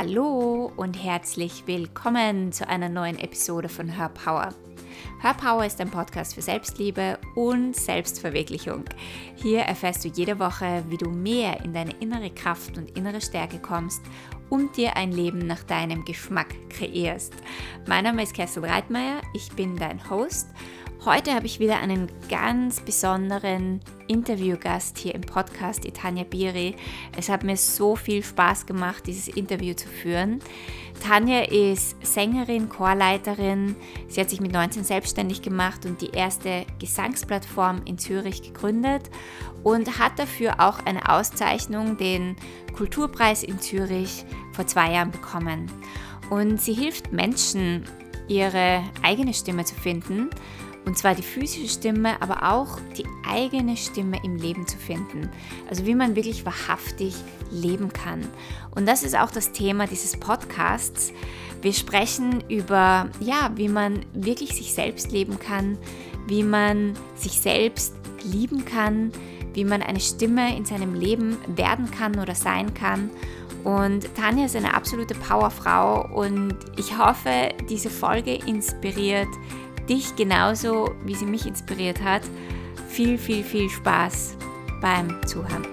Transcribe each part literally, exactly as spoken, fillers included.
Hallo und herzlich willkommen zu einer neuen Episode von Her Power. Her Power ist ein Podcast für Selbstliebe und Selbstverwirklichung. Hier erfährst du jede Woche, wie du mehr in deine innere Kraft und innere Stärke kommst und dir ein Leben nach deinem Geschmack kreierst. Mein Name ist Kerstin Reitmeier, ich bin dein Host. Heute habe ich wieder einen ganz besonderen Interviewgast hier im Podcast, die Tanja Biri. Es hat mir so viel Spaß gemacht, dieses Interview zu führen. Tanja ist Sängerin, Chorleiterin. Sie hat sich mit neunzehn selbstständig gemacht und die erste Gesangsplattform in Zürich gegründet und hat dafür auch eine Auszeichnung, den Kulturpreis in Zürich, vor zwei Jahren bekommen. Und sie hilft Menschen, ihre eigene Stimme zu finden. Und zwar die physische Stimme, aber auch die eigene Stimme im Leben zu finden. Also wie man wirklich wahrhaftig leben kann. Und das ist auch das Thema dieses Podcasts. Wir sprechen über, ja, wie man wirklich sich selbst leben kann, wie man sich selbst lieben kann, wie man eine Stimme in seinem Leben werden kann oder sein kann. Und Tanja ist eine absolute Powerfrau und ich hoffe, diese Folge inspiriert dich genauso, wie sie mich inspiriert hat. Viel, viel, viel Spaß beim Zuhören.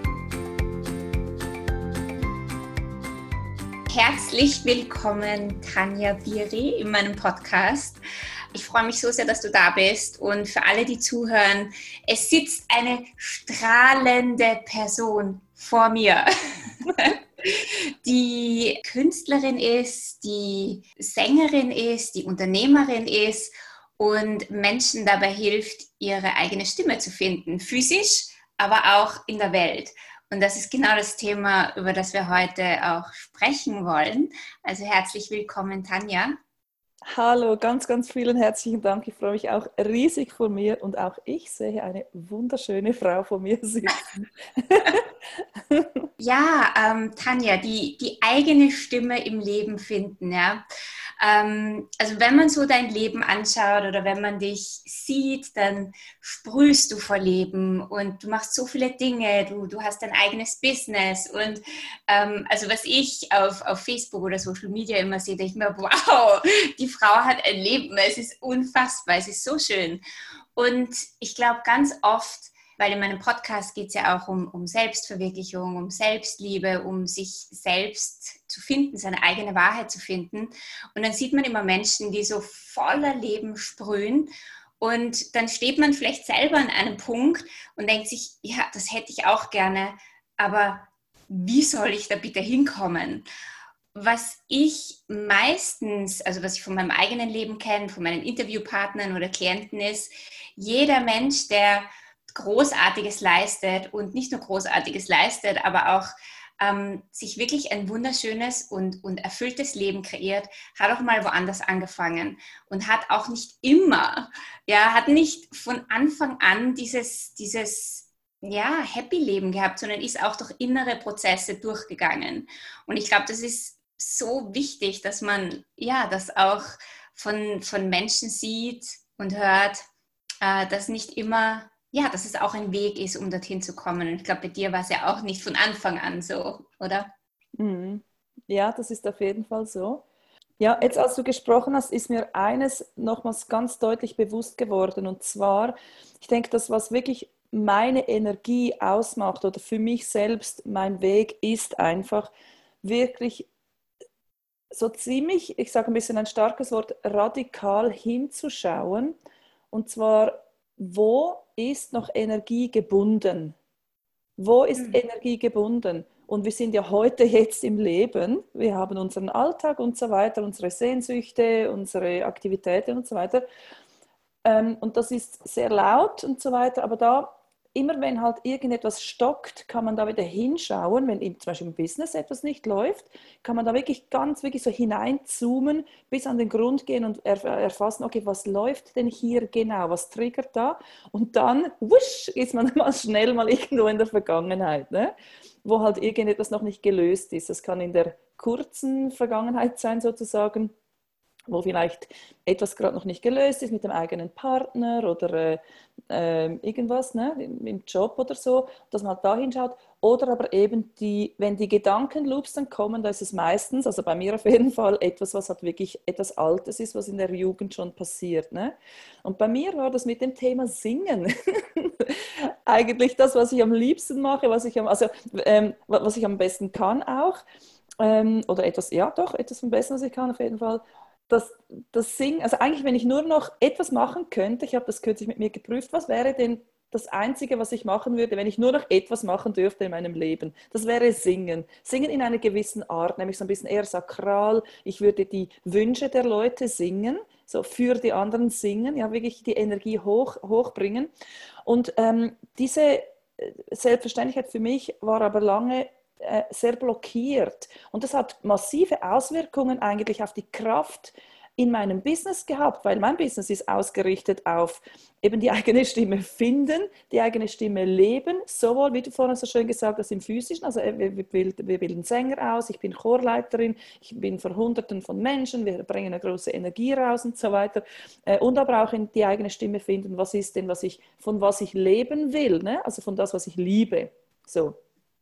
Herzlich willkommen, Tanja Biri, in meinem Podcast. Ich freue mich so sehr, dass du da bist und für alle, die zuhören, es sitzt eine strahlende Person vor mir, die Künstlerin ist, die Sängerin ist, die Unternehmerin ist und Menschen dabei hilft, ihre eigene Stimme zu finden, physisch, aber auch in der Welt. Und das ist genau das Thema, über das wir heute auch sprechen wollen. Also herzlich willkommen, Tanja. Hallo, ganz, ganz vielen herzlichen Dank. Ich freue mich auch riesig vor mir und auch ich sehe eine wunderschöne Frau vor mir sitzen. Ja, ähm, Tanja, die, die eigene Stimme im Leben finden, ja. Ähm, also wenn man so dein Leben anschaut oder wenn man dich sieht, dann sprühst du vor Leben und du machst so viele Dinge, du, du hast dein eigenes Business und ähm, also was ich auf, auf Facebook oder Social Media immer sehe, denke ich mir, wow, die Frau hat ein Leben, es ist unfassbar, es ist so schön. Und ich glaube ganz oft, weil in meinem Podcast geht es ja auch um, um Selbstverwirklichung, um Selbstliebe, um sich selbst zu finden, seine eigene Wahrheit zu finden. Und dann sieht man immer Menschen, die so voller Leben sprühen. Und dann steht man vielleicht selber an einem Punkt und denkt sich, ja, das hätte ich auch gerne, aber wie soll ich da bitte hinkommen? Was ich meistens, also was ich von meinem eigenen Leben kenne, von meinen Interviewpartnern oder Klienten ist, jeder Mensch, der Großartiges leistet und nicht nur Großartiges leistet, aber auch ähm, sich wirklich ein wunderschönes und, und erfülltes Leben kreiert, hat auch mal woanders angefangen und hat auch nicht immer, ja, hat nicht von Anfang an dieses, dieses ja, Happy-Leben gehabt, sondern ist auch durch innere Prozesse durchgegangen. Und ich glaube, das ist so wichtig, dass man ja das auch von, von Menschen sieht und hört, äh, dass nicht immer ja, dass es auch ein Weg ist, um dorthin zu kommen. Und ich glaube, bei dir war es ja auch nicht von Anfang an so, oder? Mhm. Ja, das ist auf jeden Fall so. Ja, jetzt als du gesprochen hast, ist mir eines nochmals ganz deutlich bewusst geworden. Und zwar, ich denke, das, was wirklich meine Energie ausmacht oder für mich selbst mein Weg ist einfach wirklich so ziemlich, ich sage ein bisschen ein starkes Wort, radikal hinzuschauen. Und zwar, wo ist noch Energie gebunden? Wo ist Mhm. Energie gebunden? Und wir sind ja heute jetzt im Leben. Wir haben unseren Alltag und so weiter, unsere Sehnsüchte, unsere Aktivitäten und so weiter. Ähm, und das ist sehr laut und so weiter. Aber da, immer wenn halt irgendetwas stockt, kann man da wieder hinschauen. Wenn zum Beispiel im Business etwas nicht läuft, kann man da wirklich ganz wirklich so hineinzoomen, bis an den Grund gehen und erfassen, okay, was läuft denn hier genau? Was triggert da? Und dann, wusch, ist man mal schnell mal irgendwo in der Vergangenheit, ne? Wo halt irgendetwas noch nicht gelöst ist. Das kann in der kurzen Vergangenheit sein sozusagen, wo vielleicht etwas gerade noch nicht gelöst ist mit dem eigenen Partner oder äh, äh, irgendwas, ne, im, im Job oder so, dass man halt da hinschaut. Oder aber eben, die, wenn die Gedankenloops dann kommen, da ist es meistens, also bei mir auf jeden Fall, etwas, was halt wirklich etwas Altes ist, was in der Jugend schon passiert. Ne? Und bei mir war das mit dem Thema Singen eigentlich das, was ich am liebsten mache, was ich am, also, ähm, was ich am besten kann auch. Ähm, oder etwas, ja doch, etwas vom Besten, was ich kann auf jeden Fall. Das, das Singen, also eigentlich, wenn ich nur noch etwas machen könnte, ich habe das kürzlich mit mir geprüft, was wäre denn das Einzige, was ich machen würde, wenn ich nur noch etwas machen dürfte in meinem Leben? Das wäre Singen. Singen in einer gewissen Art, nämlich so ein bisschen eher sakral. Ich würde die Wünsche der Leute singen, so für die anderen singen, ja, wirklich die Energie hoch, hochbringen. Und ähm, diese Selbstverständlichkeit für mich war aber lange äh, sehr blockiert. Und das hat massive Auswirkungen eigentlich auf die Kraft in meinem Business gehabt, weil mein Business ist ausgerichtet auf eben die eigene Stimme finden, die eigene Stimme leben, sowohl, wie du vorhin so schön gesagt hast, im Physischen, also wir, wir, bilden, wir bilden Sänger aus, ich bin Chorleiterin, ich bin vor Hunderten von Menschen, wir bringen eine große Energie raus und so weiter, und aber auch in die eigene Stimme finden, was ist denn, was ich, von was ich leben will, ne? Also von das, was ich liebe, so.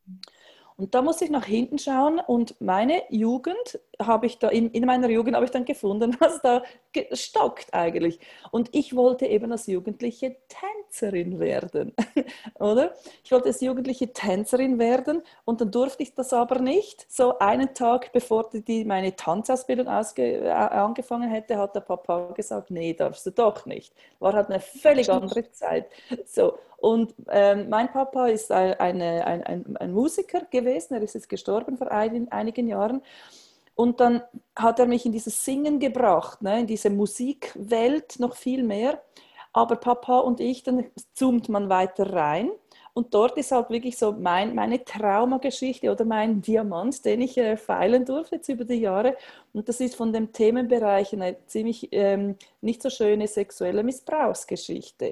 Und da muss ich nach hinten schauen und meine Jugend habe ich da, in, in meiner Jugend habe ich dann gefunden, was da stockt eigentlich. Und ich wollte eben als Jugendliche Tänzerin werden, oder? Ich wollte als Jugendliche Tänzerin werden und dann durfte ich das aber nicht. So einen Tag bevor die, meine Tanzausbildung ausge, äh, angefangen hätte, hat der Papa gesagt, nee, darfst du doch nicht. War halt eine völlig andere Zeit. So. Und ähm, mein Papa ist ein, eine, ein, ein, ein Musiker gewesen, er ist jetzt gestorben vor ein, einigen Jahren. Und dann hat er mich in dieses Singen gebracht, ne, in diese Musikwelt noch viel mehr. Aber Papa und ich, dann zoomt man weiter rein. Und dort ist halt wirklich so mein, meine Traumageschichte oder mein Diamant, den ich äh, feilen durfte jetzt über die Jahre. Und das ist von dem Themenbereich eine ziemlich ähm, nicht so schöne sexuelle Missbrauchsgeschichte.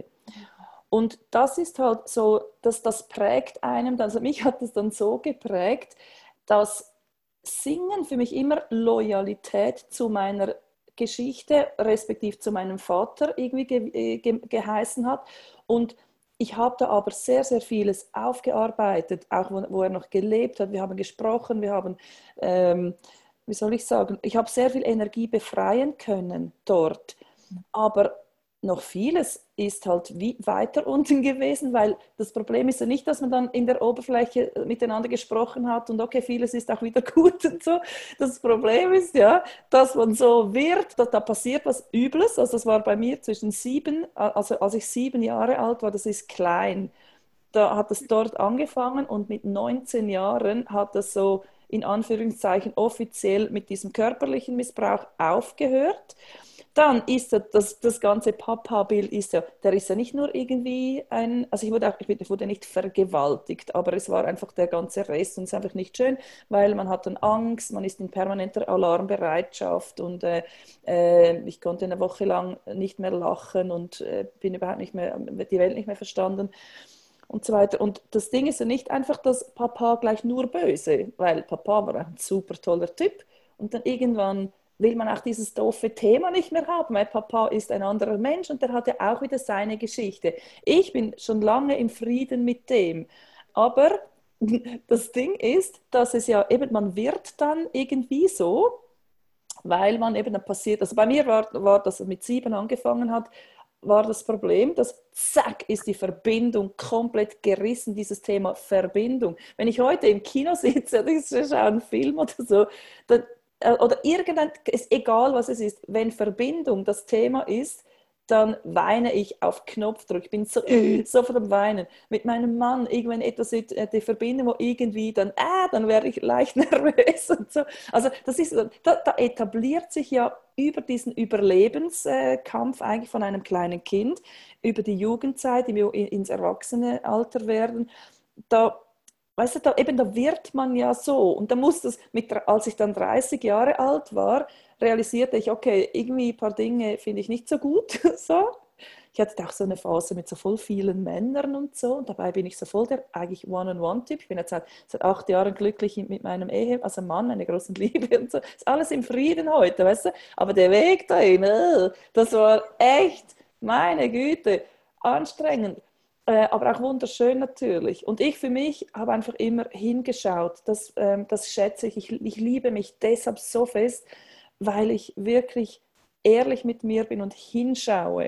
Und das ist halt so, dass das prägt einem, also mich hat das dann so geprägt, dass Singen für mich immer Loyalität zu meiner Geschichte, respektive zu meinem Vater irgendwie ge ge geheißen hat. Und ich habe da aber sehr, sehr vieles aufgearbeitet, auch wo, wo er noch gelebt hat. Wir haben gesprochen, wir haben, ähm, wie soll ich sagen, ich habe sehr viel Energie befreien können dort. Aber noch vieles ist halt wie weiter unten gewesen, weil das Problem ist ja nicht, dass man dann in der Oberfläche miteinander gesprochen hat und okay, vieles ist auch wieder gut und so. Das Problem ist ja, dass man so wird, dass da passiert was Übles. Also das war bei mir zwischen sieben, also als ich sieben Jahre alt war, das ist klein. Da hat es dort angefangen und mit neunzehn Jahren hat es so in Anführungszeichen offiziell mit diesem körperlichen Missbrauch aufgehört. Dann ist das, das, das ganze Papa-Bild ist ja, der ist ja nicht nur irgendwie ein, also ich wurde, auch, ich wurde nicht vergewaltigt, aber es war einfach der ganze Rest und es ist einfach nicht schön, weil man hat dann Angst, man ist in permanenter Alarmbereitschaft und äh, äh, ich konnte eine Woche lang nicht mehr lachen und äh, bin überhaupt nicht mehr, die Welt nicht mehr verstanden und so weiter. Und das Ding ist ja nicht einfach, dass Papa gleich nur böse, weil Papa war ein super toller Typ und dann irgendwann will man auch dieses doofe Thema nicht mehr haben. Mein Papa ist ein anderer Mensch und der hatte auch wieder seine Geschichte. Ich bin schon lange im Frieden mit dem. Aber das Ding ist, dass es ja eben, man wird dann irgendwie so, weil man eben dann passiert, also bei mir war, war das mit sieben angefangen hat, war das Problem, dass zack, ist die Verbindung komplett gerissen, dieses Thema Verbindung. Wenn ich heute im Kino sitze und ich schaue einen Film oder so, dann oder irgendein, ist egal was es ist, wenn Verbindung das Thema ist, dann weine ich auf Knopfdruck. Ich bin so, sofort am Weinen. Mit meinem Mann, irgendwann etwas mit der Verbindung, wo irgendwie dann, ah, dann werde ich leicht nervös und so. Also das ist, da, da etabliert sich ja über diesen Überlebenskampf eigentlich von einem kleinen Kind, über die Jugendzeit, ins Erwachsenenalter werden, da weißt du, da, eben, da wird man ja so. Und da muss das, mit, als ich dann dreißig Jahre alt war, realisierte ich, okay, irgendwie ein paar Dinge finde ich nicht so gut. So. ich hatte auch so eine Phase mit so voll vielen Männern und so. Und dabei bin ich so voll der eigentlich One-on-One-Typ. Ich bin jetzt seit, seit acht Jahren glücklich mit meinem Ehe, also Mann, eine große Liebe und so. Ist alles im Frieden heute, weißt du? Aber der Weg dahin, äh, das war echt, meine Güte, anstrengend. Äh, aber auch wunderschön natürlich. Und ich für mich habe einfach immer hingeschaut. Das, ähm, das schätze ich. ich. Ich liebe mich deshalb so fest, weil ich wirklich ehrlich mit mir bin und hinschaue.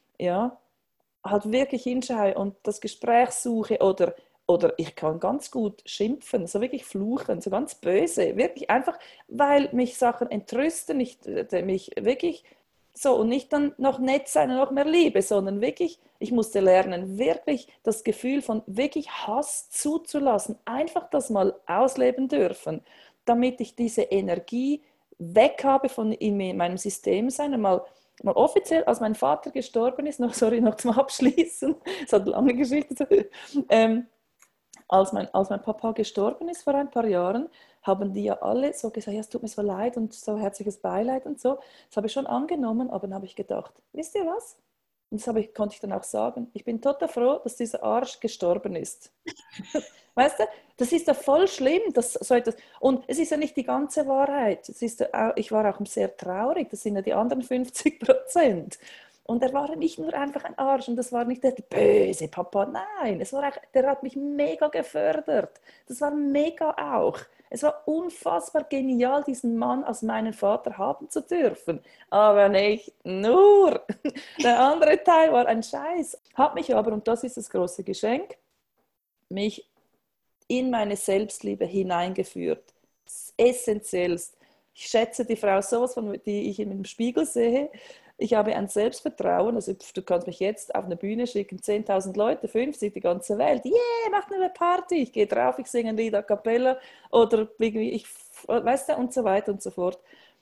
Ja, halt wirklich hinschaue und das Gespräch suche oder, oder ich kann ganz gut schimpfen, so wirklich fluchen, so ganz böse. Wirklich einfach, weil mich Sachen entrüsten, ich, äh, mich wirklich so und nicht dann noch nett sein und noch mehr Liebe, sondern wirklich, ich musste lernen, wirklich das Gefühl von wirklich Hass zuzulassen, einfach das mal ausleben dürfen, damit ich diese Energie weg habe von in meinem System sein, mal, mal offiziell, als mein Vater gestorben ist, noch, sorry, noch zum Abschließen, es hat eine lange Geschichte, ähm, als mein, als mein Papa gestorben ist vor ein paar Jahren, haben die ja alle so gesagt, ja, es tut mir so leid und so herzliches Beileid und so. Das habe ich schon angenommen, aber dann habe ich gedacht, wisst ihr was? Und das habe ich, konnte ich dann auch sagen, ich bin total froh, dass dieser Arsch gestorben ist. Weißt du, das ist ja voll schlimm. Das, so etwas. Und es ist ja nicht die ganze Wahrheit. Es ist ja auch, ich war auch sehr traurig, das sind ja die anderen fünfzig Prozent. Und er war nicht nur einfach ein Arsch und das war nicht der böse Papa, nein, es war auch, der hat mich mega gefördert. Das war mega auch. Es war unfassbar genial, diesen Mann als meinen Vater haben zu dürfen. Aber nicht nur. Der andere Teil war ein Scheiß. Hat mich aber, und das ist das große Geschenk, mich in meine Selbstliebe hineingeführt. Das Essentiellste. Ich schätze die Frau sowas, von, die ich in dem Spiegel sehe. Ich habe ein Selbstvertrauen, also du kannst mich jetzt auf eine Bühne schicken, zehntausend Leute, fünfzig, die ganze Welt, yeah, macht eine Party, ich gehe drauf, ich singe ein Lied a cappella oder ich, weißt du, und so weiter und so fort.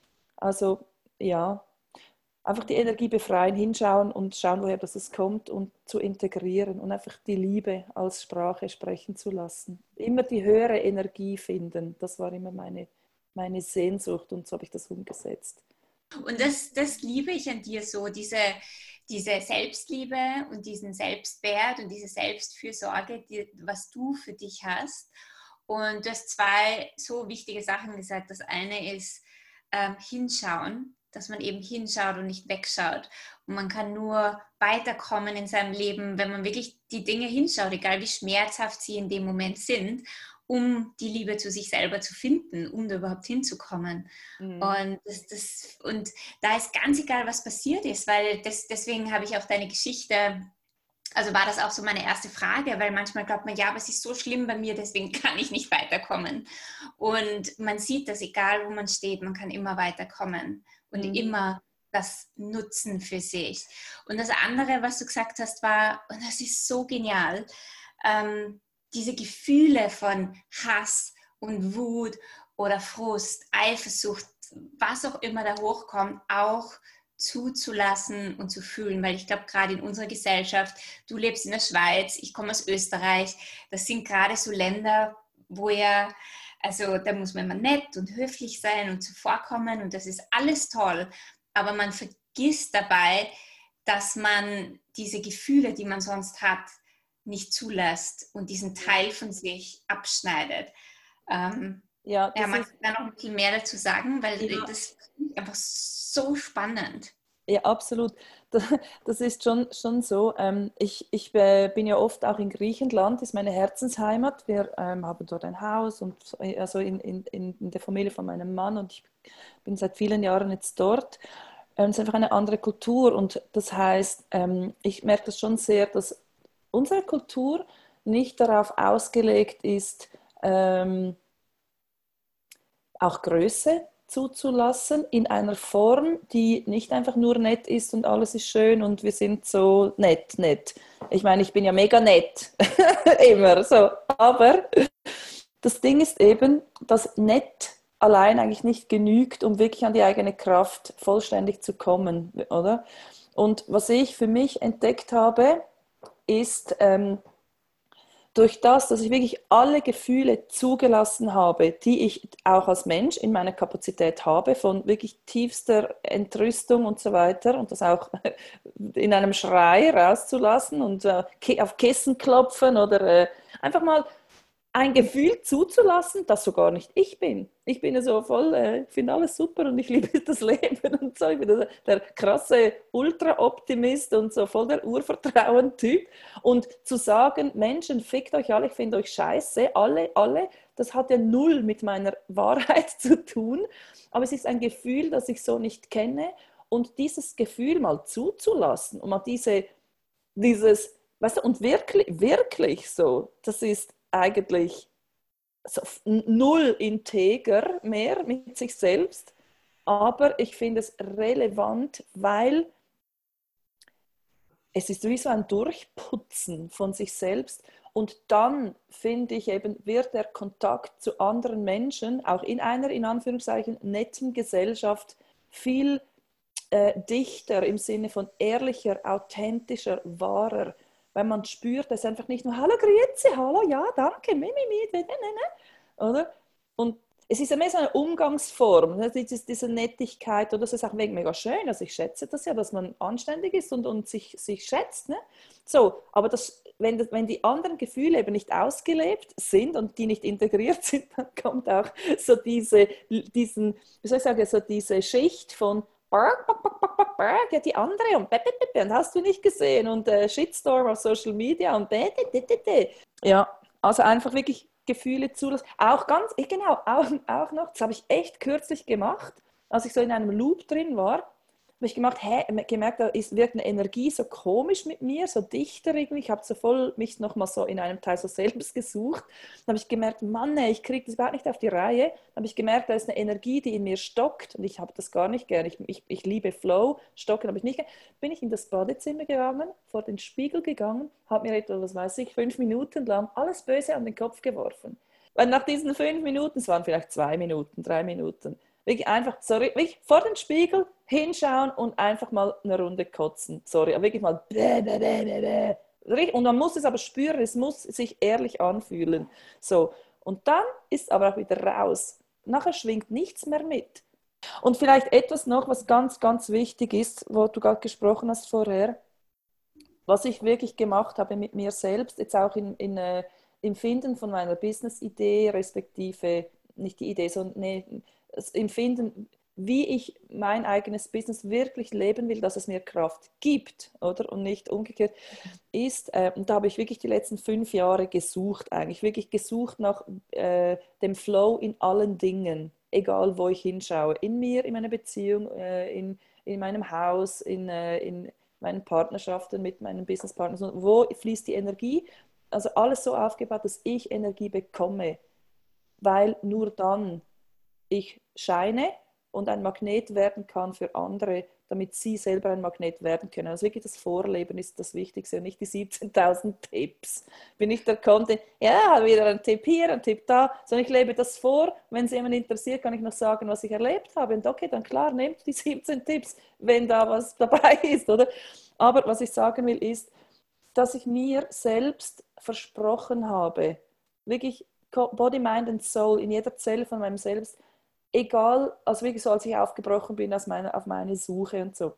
Also, ja, einfach die Energie befreien, hinschauen und schauen, woher das kommt und zu integrieren und einfach die Liebe als Sprache sprechen zu lassen. Immer die höhere Energie finden, das war immer meine, meine Sehnsucht und so habe ich das umgesetzt. Und das, das liebe ich an dir so, diese, diese Selbstliebe und diesen Selbstwert und diese Selbstfürsorge, die, was du für dich hast. Und du hast zwei so wichtige Sachen gesagt. Das eine ist ähm, hinschauen, dass man eben hinschaut und nicht wegschaut. Und man kann nur weiterkommen in seinem Leben, wenn man wirklich die Dinge hinschaut, egal wie schmerzhaft sie in dem Moment sind, um die Liebe zu sich selber zu finden, um da überhaupt hinzukommen. Mhm. Und, das, das, und da ist ganz egal, was passiert ist, weil das, deswegen habe ich auch deine Geschichte, also war das auch so meine erste Frage, weil manchmal glaubt man, ja, aber es ist so schlimm bei mir, deswegen kann ich nicht weiterkommen. Und man sieht das, egal wo man steht, man kann immer weiterkommen und mhm. immer das nutzen für sich. Und das andere, was du gesagt hast, war, und das ist so genial, ähm, diese Gefühle von Hass und Wut oder Frust, Eifersucht, was auch immer da hochkommt, auch zuzulassen und zu fühlen, weil ich glaube, gerade in unserer Gesellschaft, du lebst in der Schweiz, ich komme aus Österreich, das sind gerade so Länder, wo ja, also da muss man immer nett und höflich sein und zuvorkommen und das ist alles toll, aber man vergisst dabei, dass man diese Gefühle, die man sonst hat, nicht zulässt und diesen Teil von sich abschneidet. Ähm, ja, ja, man kann da noch ein bisschen mehr dazu sagen, weil ja. das ist einfach so spannend. Ja, absolut. Das ist schon, schon so. Ich, ich bin ja oft auch in Griechenland, das ist meine Herzensheimat. Wir ähm, haben dort ein Haus und also in, in, in der Familie von meinem Mann und ich bin seit vielen Jahren jetzt dort. Es ist einfach eine andere Kultur und das heißt, ich merke das schon sehr, dass unsere Kultur nicht darauf ausgelegt ist, ähm, auch Größe zuzulassen in einer Form, die nicht einfach nur nett ist und alles ist schön und wir sind so nett, nett. Ich meine, ich bin ja mega nett, immer so. Aber das Ding ist eben, dass nett allein eigentlich nicht genügt, um wirklich an die eigene Kraft vollständig zu kommen, oder? Und was ich für mich entdeckt habe, ist, ähm, durch das, dass ich wirklich alle Gefühle zugelassen habe, die ich auch als Mensch in meiner Kapazität habe, von wirklich tiefster Entrüstung und so weiter und das auch in einem Schrei rauszulassen und äh, auf Kissen klopfen oder äh, einfach mal ein Gefühl zuzulassen, das sogar nicht ich bin. Ich bin ja so voll, äh, ich finde alles super und ich liebe das Leben und so. Ich bin der, der krasse Ultra-Optimist und so voll der Urvertrauen-Typ. Und zu sagen, Menschen, fickt euch alle, ich finde euch scheiße, alle, alle, das hat ja null mit meiner Wahrheit zu tun. Aber es ist ein Gefühl, das ich so nicht kenne. Und dieses Gefühl mal zuzulassen und mal diese, dieses, weißt du, und wirklich, wirklich so, das ist eigentlich so null integer mehr mit sich selbst, aber ich finde es relevant, weil es ist wie so ein Durchputzen von sich selbst und dann, finde ich eben, wird der Kontakt zu anderen Menschen, auch in einer, in Anführungszeichen, netten Gesellschaft, viel äh, dichter im Sinne von ehrlicher, authentischer, wahrer, weil man spürt, dass einfach nicht nur «Hallo, grüezi, hallo, ja, danke, mi, mi, mi, ne, ne, ne», oder? Und es ist ja mehr so eine Umgangsform, ne? diese, diese Nettigkeit, oder das ist auch mega schön, also ich schätze das ja, dass man anständig ist und, und sich, sich schätzt, ne? So, aber das, wenn, das, wenn die anderen Gefühle eben nicht ausgelebt sind und die nicht integriert sind, dann kommt auch so diese, diesen, wie soll ich sagen, so diese Schicht von ja, die andere und und hast du nicht gesehen und äh, Shitstorm auf Social Media und ja, also einfach wirklich Gefühle zulassen. Auch ganz, genau, auch, auch noch, das habe ich echt kürzlich gemacht, als ich so in einem Loop drin war, habe ich gemacht, hä, gemerkt, da ist, wirkt eine Energie so komisch mit mir, so dichter irgendwie. Ich habe so voll mich nochmal so in einem Teil so selbst gesucht. Dann habe ich gemerkt, Mann, ey, ich kriege das überhaupt nicht auf die Reihe. Dann habe ich gemerkt, da ist eine Energie, die in mir stockt und ich habe das gar nicht gern. Ich, ich, ich liebe Flow, stocken habe ich nicht gern. Bin ich in das Badezimmer gegangen, vor den Spiegel gegangen, habe mir etwa, was weiß ich, fünf Minuten lang alles Böse an den Kopf geworfen. Weil nach diesen fünf Minuten, es waren vielleicht zwei Minuten, drei Minuten, wirklich einfach, sorry, wirklich vor den Spiegel hinschauen und einfach mal eine Runde kotzen. Sorry, aber wirklich mal. Und man muss es aber spüren, es muss sich ehrlich anfühlen. So. Und dann ist aber auch wieder raus. Nachher schwingt nichts mehr mit. Und vielleicht etwas noch, was ganz, ganz wichtig ist, wo du gerade gesprochen hast vorher, was ich wirklich gemacht habe mit mir selbst, jetzt auch in, in, äh, im Finden von meiner Business-Idee, respektive nicht die Idee, sondern nee, das Empfinden, wie ich mein eigenes Business wirklich leben will, dass es mir Kraft gibt, oder? Und nicht umgekehrt ist. Äh, und da habe ich wirklich die letzten fünf Jahre gesucht, eigentlich wirklich gesucht nach äh, dem Flow in allen Dingen, egal wo ich hinschaue. In mir, in meiner Beziehung, äh, in, in meinem Haus, in, äh, in meinen Partnerschaften mit meinen Businesspartners. Wo fließt die Energie? Also alles so aufgebaut, dass ich Energie bekomme, weil nur dann ich scheine und ein Magnet werden kann für andere, damit sie selber ein Magnet werden können. Also wirklich das Vorleben ist das Wichtigste und nicht die siebzehntausend Tipps. Bin ich der Content, ja, wieder ein Tipp hier, ein Tipp da, sondern ich lebe das vor. Wenn es jemand interessiert, kann ich noch sagen, was ich erlebt habe. Und okay, dann klar, nehmt die siebzehn Tipps, wenn da was dabei ist, oder? Aber was ich sagen will, ist, dass ich mir selbst versprochen habe, wirklich Body, Mind and Soul in jeder Zelle von meinem Selbst, egal, also wirklich so, als ich aufgebrochen bin aus meiner, auf meine Suche und so.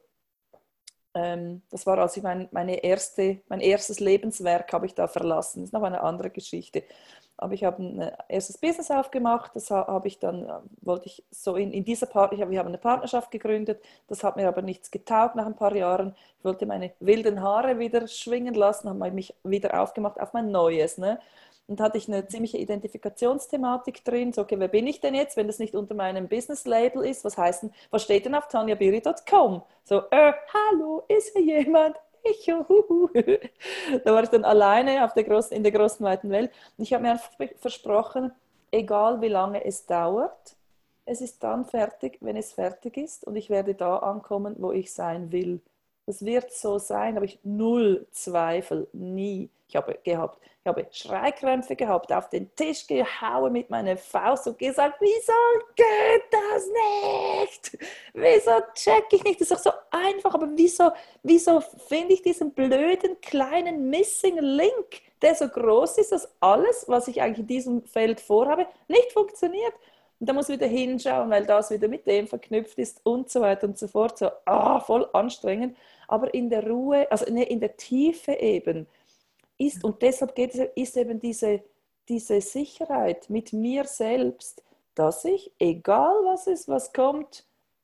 Ähm, das war, als ich mein, meine erste, mein erstes Lebenswerk habe ich da verlassen. Das ist noch eine andere Geschichte. Aber ich habe ein erstes Business aufgemacht, das habe ich dann, wollte ich so in, in dieser Partnerschaft, wir haben eine Partnerschaft gegründet, das hat mir aber nichts getaugt nach ein paar Jahren. Ich wollte meine wilden Haare wieder schwingen lassen, habe mich wieder aufgemacht auf mein Neues, ne? Und hatte ich eine ziemliche Identifikationsthematik drin. So, okay, wer bin ich denn jetzt, wenn das nicht unter meinem Business-Label ist? Was heißt denn, was steht denn auf tanja biri punkt com? So, äh, hallo, ist hier jemand? Ich, uhuhu. Da war ich dann alleine auf der großen, in der großen, weiten Welt. Und ich habe mir einfach versprochen, egal wie lange es dauert, es ist dann fertig, wenn es fertig ist. Und ich werde da ankommen, wo ich sein will. Das wird so sein, habe ich null Zweifel, nie. Ich habe gehabt, ich habe Schreikrämpfe gehabt, auf den Tisch gehauen mit meiner Faust und gesagt, wieso geht das nicht? Wieso check ich nicht? Das ist doch so einfach, aber wieso, wieso finde ich diesen blöden kleinen Missing Link der so groß ist, dass alles, was ich eigentlich in diesem Feld vorhabe, nicht funktioniert. Und da muss ich wieder hinschauen, weil das wieder mit dem verknüpft ist und so weiter und so fort. So, ah, voll anstrengend. Aber in der Ruhe, also in der Tiefe eben, ist, und deshalb geht es, ist eben diese, diese Sicherheit mit mir selbst, dass ich, egal was ist, was kommt,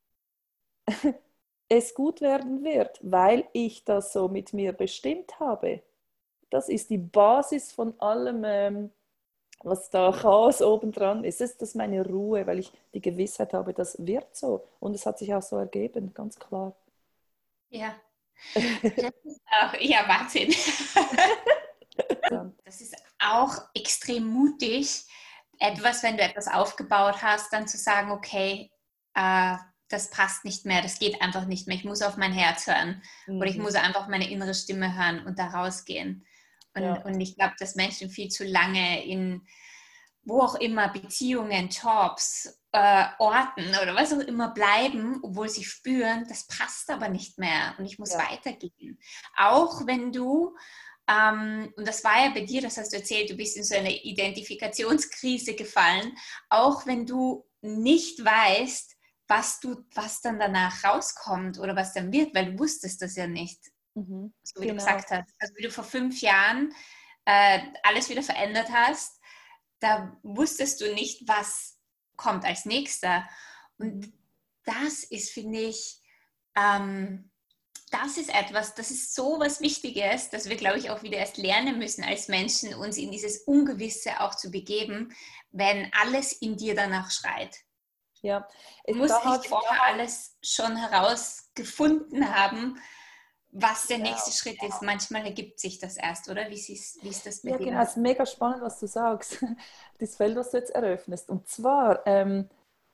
es gut werden wird, weil ich das so mit mir bestimmt habe. Das ist die Basis von allem, ähm, was da Chaos obendran ist. Es ist das meine Ruhe, weil ich die Gewissheit habe, das wird so. Und es hat sich auch so ergeben, ganz klar. Ja, das ist auch, ja, Wahnsinn. Das ist auch extrem mutig, etwas, wenn du etwas aufgebaut hast, dann zu sagen, okay, äh, das passt nicht mehr, das geht einfach nicht mehr, ich muss auf mein Herz hören mhm. oder ich muss einfach auf meine innere Stimme hören und da rausgehen. Und, ja. und ich glaube, dass Menschen viel zu lange in wo auch immer, Beziehungen, Jobs, äh, Orten oder was auch immer bleiben, obwohl sie spüren, das passt aber nicht mehr und ich muss ja. weitergehen. Auch wenn du, ähm, und das war ja bei dir, das hast du erzählt, du bist in so eine Identifikationskrise gefallen, auch wenn du nicht weißt, was, du, was dann danach rauskommt oder was dann wird, weil du wusstest das ja nicht, mhm, so wie genau. du gesagt hast. Also wie du vor fünf Jahren äh, alles wieder verändert hast, da wusstest du nicht, was kommt als nächster. Und das ist, finde ich, ähm, das ist etwas, das ist so was Wichtiges, dass wir, glaube ich, auch wieder erst lernen müssen als Menschen, uns in dieses Ungewisse auch zu begeben, wenn alles in dir danach schreit. Ja, du musst nicht vorher alles schon herausgefunden haben, was der nächste ja, Schritt ja. ist. Manchmal ergibt sich das erst, oder? Wie ist, wie ist das bei ja, dir? Ja, genau. Es ist mega spannend, was du sagst. Das Feld, was du jetzt eröffnest. Und zwar, ähm,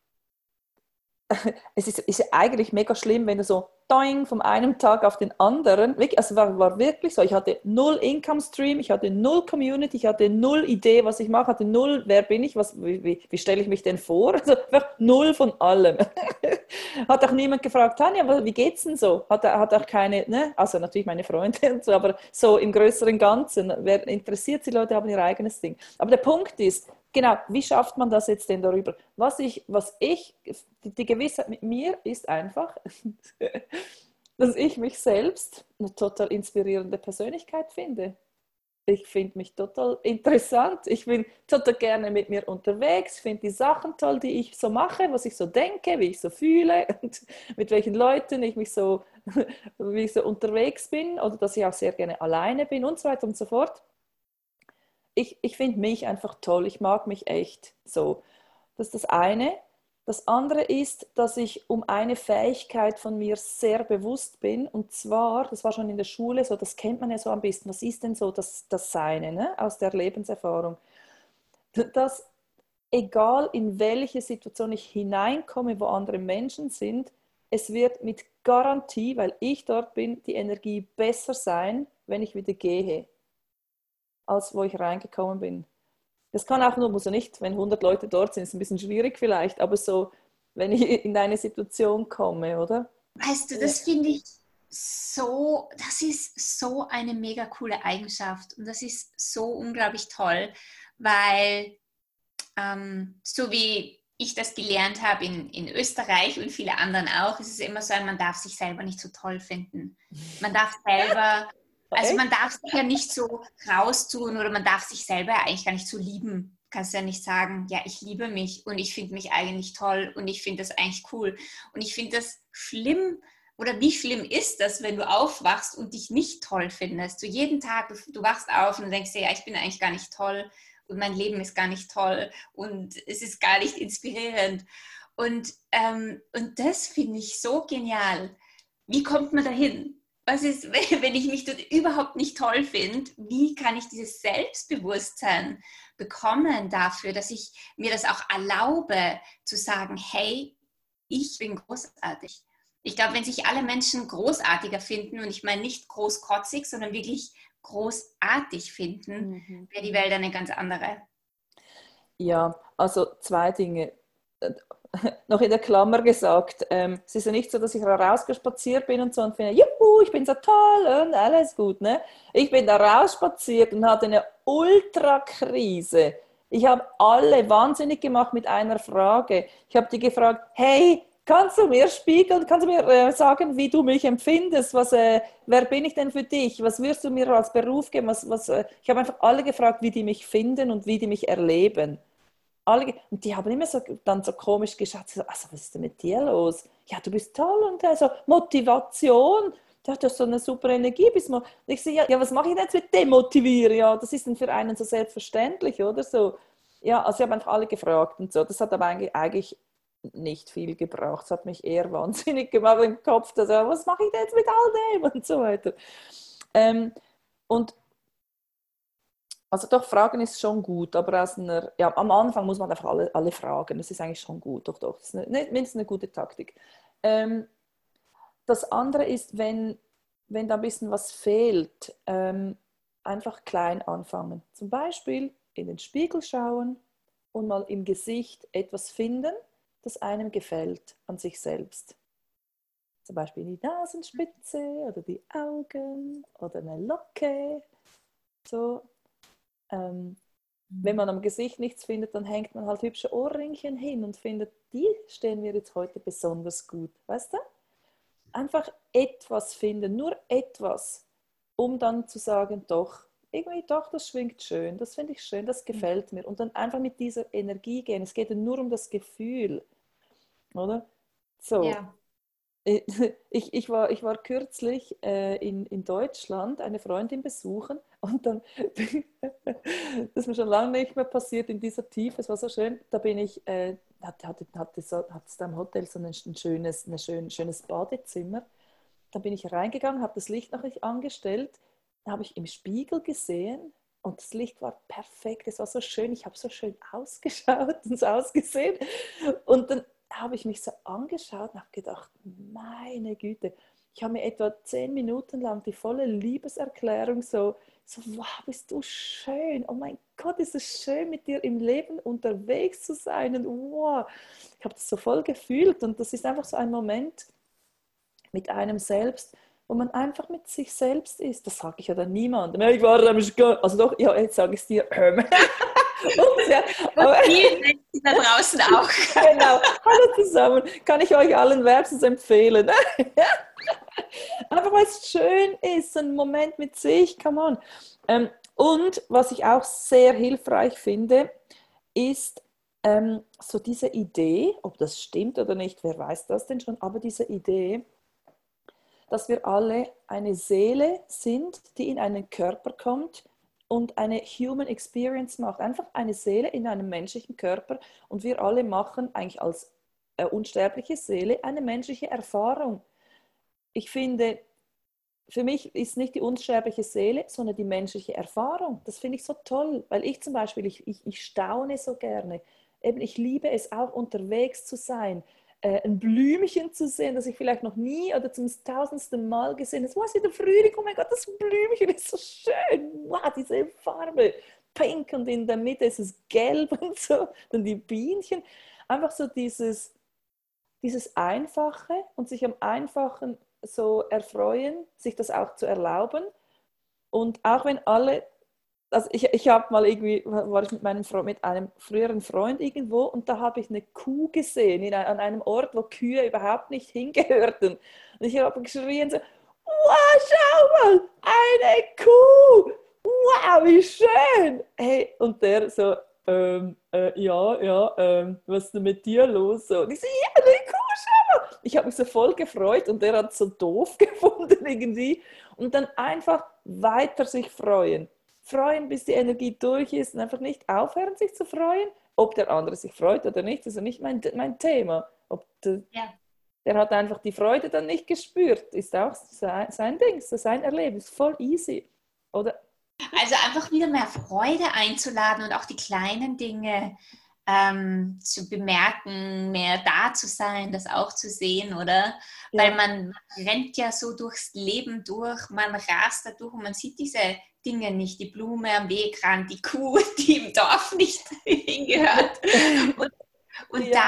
es ist, ist eigentlich mega schlimm, wenn du so doing, vom einen Tag auf den anderen, also war, war wirklich so, ich hatte null Income Stream, ich hatte null Community, ich hatte null Idee, was ich mache, hatte null, wer bin ich, was, wie, wie, wie stelle ich mich denn vor? Also einfach null von allem. Hat auch niemand gefragt, Tanja, wie geht's denn so? Hat, hat auch keine, ne? Also natürlich meine Freunde und so, aber so im größeren Ganzen, wer interessiert, die Leute haben ihr eigenes Ding. Aber der Punkt ist, genau, wie schafft man das jetzt denn darüber? Was ich, was ich, die, die Gewissheit mit mir ist einfach, dass ich mich selbst eine total inspirierende Persönlichkeit finde. Ich finde mich total interessant. Ich bin total gerne mit mir unterwegs, finde die Sachen toll, die ich so mache, was ich so denke, wie ich so fühle und mit welchen Leuten ich mich so, wie ich so unterwegs bin oder dass ich auch sehr gerne alleine bin und so weiter und so fort. Ich, ich finde mich einfach toll, ich mag mich echt so. Das ist das eine. Das andere ist, dass ich um eine Fähigkeit von mir sehr bewusst bin. Und zwar, das war schon in der Schule so, das kennt man ja so ein bisschen. Was ist denn so das, das Seine, ne? Aus der Lebenserfahrung? Dass egal in welche Situation ich hineinkomme, wo andere Menschen sind, es wird mit Garantie, weil ich dort bin, die Energie besser sein, wenn ich wieder gehe, als wo ich reingekommen bin. Das kann auch nur, muss ja nicht, wenn hundert Leute dort sind, ist ein bisschen schwierig vielleicht, aber so, wenn ich in eine Situation komme, oder? Weißt du, das finde ich so, das ist so eine mega coole Eigenschaft und das ist so unglaublich toll, weil ähm, so wie ich das gelernt habe in, in Österreich und viele anderen auch, ist es immer so, man darf sich selber nicht so toll finden. Man darf selber... Also man darf sich ja nicht so raustun oder man darf sich selber eigentlich gar nicht so lieben. Du kannst ja nicht sagen, ja, ich liebe mich und ich finde mich eigentlich toll und ich finde das eigentlich cool. Und ich finde das schlimm, oder wie schlimm ist das, wenn du aufwachst und dich nicht toll findest? Du jeden Tag, du, du wachst auf und denkst dir, ja, ich bin eigentlich gar nicht toll und mein Leben ist gar nicht toll und es ist gar nicht inspirierend. Und, ähm, und das finde ich so genial. Wie kommt man dahin? Was ist, wenn ich mich dort überhaupt nicht toll finde, wie kann ich dieses Selbstbewusstsein bekommen dafür, dass ich mir das auch erlaube, zu sagen, hey, ich bin großartig. Ich glaube, wenn sich alle Menschen großartiger finden, und ich meine nicht großkotzig, sondern wirklich großartig finden, mhm. wäre die Welt eine ganz andere. Ja, also zwei Dinge. noch in der Klammer gesagt, ähm, es ist ja nicht so, dass ich da rausgespaziert bin und so und finde, juhu, ich bin so toll und alles gut. Ne? Ich bin da rausspaziert und hatte eine Ultrakrise. Ich habe alle wahnsinnig gemacht mit einer Frage. Ich habe die gefragt, hey, kannst du mir spiegeln, kannst du mir äh, sagen, wie du mich empfindest? Was, äh, wer bin ich denn für dich? Was wirst du mir als Beruf geben? Was, was, äh, ich habe einfach alle gefragt, wie die mich finden und wie die mich erleben. Alle, und die haben immer so, dann so komisch geschaut, so, also was ist denn mit dir los? Ja, du bist toll und also Motivation, du hast so eine super Energie. Bis man, ich sehe, ja, ja, was mache ich denn jetzt mit demotivieren? Ja, das ist dann für einen so selbstverständlich, oder so. Ja, also ich habe einfach alle gefragt und so. Das hat aber eigentlich, eigentlich nicht viel gebraucht. Das hat mich eher wahnsinnig gemacht im Kopf. Also, was mache ich denn jetzt mit all dem und so weiter. Ähm, und Also doch, Fragen ist schon gut, aber aus einer, ja, am Anfang muss man einfach alle, alle fragen. Das ist eigentlich schon gut, doch, doch. Das ist eine, mindestens eine gute Taktik. Ähm, das andere ist, wenn, wenn da ein bisschen was fehlt, ähm, einfach klein anfangen. Zum Beispiel in den Spiegel schauen und mal im Gesicht etwas finden, das einem gefällt an sich selbst. Zum Beispiel die Nasenspitze oder die Augen oder eine Locke. So. Ähm, wenn man am Gesicht nichts findet, dann hängt man halt hübsche Ohrringchen hin und findet, die stehen mir jetzt heute besonders gut. Weißt du? Einfach etwas finden, nur etwas, um dann zu sagen, doch, irgendwie doch, das schwingt schön, das finde ich schön, das gefällt mir. Und dann einfach mit dieser Energie gehen. Es geht ja nur um das Gefühl, oder? So. Ja. Ich, ich, war, ich war kürzlich äh, in, in Deutschland eine Freundin besuchen und dann, das ist mir schon lange nicht mehr passiert in dieser Tiefe, es war so schön, da bin ich, äh, hatte, hatte, hatte, so, hatte es da im Hotel so ein, ein schönes, ein schön, schönes Badezimmer, da bin ich reingegangen, habe das Licht noch nicht angestellt, da habe ich im Spiegel gesehen und das Licht war perfekt, es war so schön, ich habe so schön ausgeschaut und so ausgesehen und dann habe ich mich so angeschaut und habe gedacht, meine Güte, ich habe mir etwa zehn Minuten lang die volle Liebeserklärung so, so, wow, bist du schön, oh mein Gott, ist es schön, mit dir im Leben unterwegs zu sein und wow, ich habe das so voll gefühlt und das ist einfach so ein Moment mit einem selbst, wo man einfach mit sich selbst ist. Das sage ich ja dann niemandem. Ich war, also doch, ja, jetzt sage ich es dir. Ja, aber, vielen Menschen da draußen auch. Genau. Hallo zusammen. Kann ich euch allen wärmstens empfehlen. Einfach weil es schön ist, ein Moment mit sich, come on. Ähm, und was ich auch sehr hilfreich finde, ist ähm, so diese Idee, ob das stimmt oder nicht, wer weiß das denn schon, aber diese Idee, dass wir alle eine Seele sind, die in einen Körper kommt und eine Human Experience macht. Einfach eine Seele in einem menschlichen Körper und wir alle machen eigentlich als äh, unsterbliche Seele eine menschliche Erfahrung. Ich finde, für mich ist nicht die unsterbliche Seele, sondern die menschliche Erfahrung. Das finde ich so toll, weil ich zum Beispiel, ich, ich, ich staune so gerne. Eben, ich liebe es auch, unterwegs zu sein, äh, ein Blümchen zu sehen, das ich vielleicht noch nie oder zum tausendsten Mal gesehen habe. Wow, es ist wieder Frühling, oh mein Gott, das Blümchen ist so schön. Wow, diese Farbe, pink und in der Mitte ist es gelb und so. Dann die Bienchen. Einfach so dieses, dieses Einfache und sich am Einfachen so erfreuen, sich das auch zu erlauben. Und auch wenn alle, also ich, ich habe mal irgendwie, war ich mit meinem Freund, mit einem früheren Freund irgendwo und da habe ich eine Kuh gesehen in, an einem Ort, wo Kühe überhaupt nicht hingehörten. Und ich habe geschrien so, wow, schau mal, eine Kuh! Wow, wie schön! Hey, und der so, ähm, äh, ja, ja, ähm, was ist denn mit dir los? So, und ich so, ja, eine Kuh, schau mal! Ich habe mich so voll gefreut und der hat es so doof gefunden irgendwie. Und dann einfach weiter sich freuen. Freuen, bis die Energie durch ist und einfach nicht aufhören, sich zu freuen. Ob der andere sich freut oder nicht, ist ja nicht mein, mein Thema. Ob der, Ja. der hat einfach die Freude dann nicht gespürt. Ist auch sein, sein Ding, sein Erleben. Ist voll easy. Oder? Also einfach wieder mehr Freude einzuladen und auch die kleinen Dinge ähm, zu bemerken, mehr da zu sein, das auch zu sehen, oder? Ja. Weil man, man rennt ja so durchs Leben durch, man rast da durch und man sieht diese Dinge nicht, die Blume am Wegrand, die Kuh, die im Dorf nicht hingehört. Und, und Ja. da auch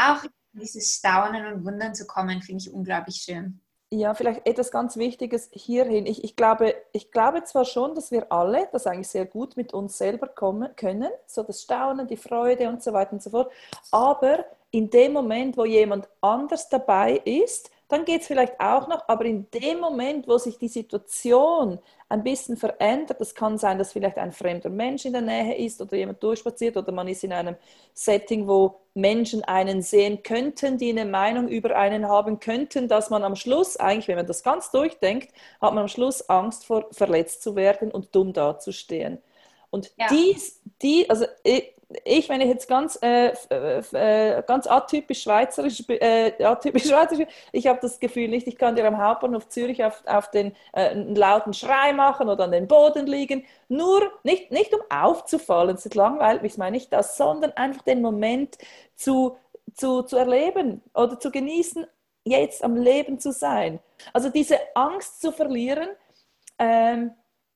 dieses Staunen und Wundern zu kommen, finde ich unglaublich schön. Ja, vielleicht etwas ganz Wichtiges hierhin. Ich, ich glaube, ich glaube zwar schon, dass wir alle das eigentlich sehr gut mit uns selber kommen können, so das Staunen, die Freude und so weiter und so fort, aber in dem Moment, wo jemand anders dabei ist, dann geht es vielleicht auch noch, aber in dem Moment, wo sich die Situation ein bisschen verändert, das kann sein, dass vielleicht ein fremder Mensch in der Nähe ist oder jemand durchspaziert oder man ist in einem Setting, wo Menschen einen sehen könnten, die eine Meinung über einen haben könnten, dass man am Schluss, eigentlich, wenn man das ganz durchdenkt, hat man am Schluss Angst vor verletzt zu werden und dumm dazustehen. Und Ja. dies, die, also ich, ich, wenn ich jetzt ganz, äh, äh, ganz atypisch schweizerisch, äh, atypisch schweizerisch, ich habe das Gefühl nicht, ich kann dir am Hauptbahnhof Zürich auf, auf den äh, einen lauten Schrei machen oder an den Boden liegen, nur nicht, nicht um aufzufallen, es langweilt mich, meine ich das, sondern einfach den Moment zu, zu, zu erleben oder zu genießen, jetzt am Leben zu sein. Also diese Angst zu verlieren, ähm,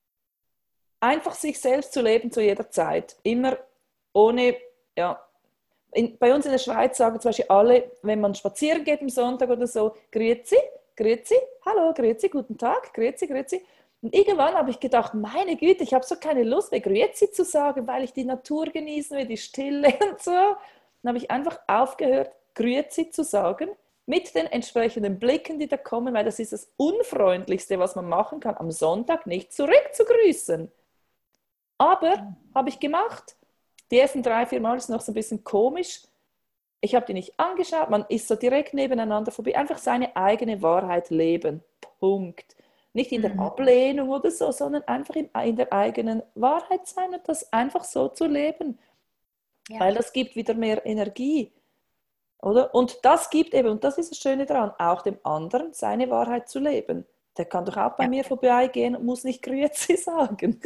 einfach sich selbst zu leben zu jeder Zeit. Immer ohne, ja. In, bei uns in der Schweiz sagen zum Beispiel alle, wenn man spazieren geht am Sonntag oder so, Grüezi, Grüezi, hallo, Grüezi, guten Tag, Grüezi, Grüezi. Und irgendwann habe ich gedacht, meine Güte, ich habe so keine Lust mehr, Grüezi zu sagen, weil ich die Natur genießen will, die Stille und so. Dann habe ich einfach aufgehört, Grüezi zu sagen, mit den entsprechenden Blicken, die da kommen, weil das ist das Unfreundlichste, was man machen kann, am Sonntag nicht zurückzugrüßen. Aber habe ich gemacht. Die ersten drei, vier Mal ist es noch so ein bisschen komisch. Ich habe die nicht angeschaut. Man ist so direkt nebeneinander vorbei. Einfach seine eigene Wahrheit leben. Punkt. Nicht in der Mhm. Ablehnung oder so, sondern einfach in der eigenen Wahrheit sein und das einfach so zu leben. Ja. Weil das gibt wieder mehr Energie. Oder? Und das gibt eben, und das ist das Schöne daran, auch dem anderen seine Wahrheit zu leben. Der kann doch auch bei Ja. mir vorbeigehen und muss nicht Grüezi sagen.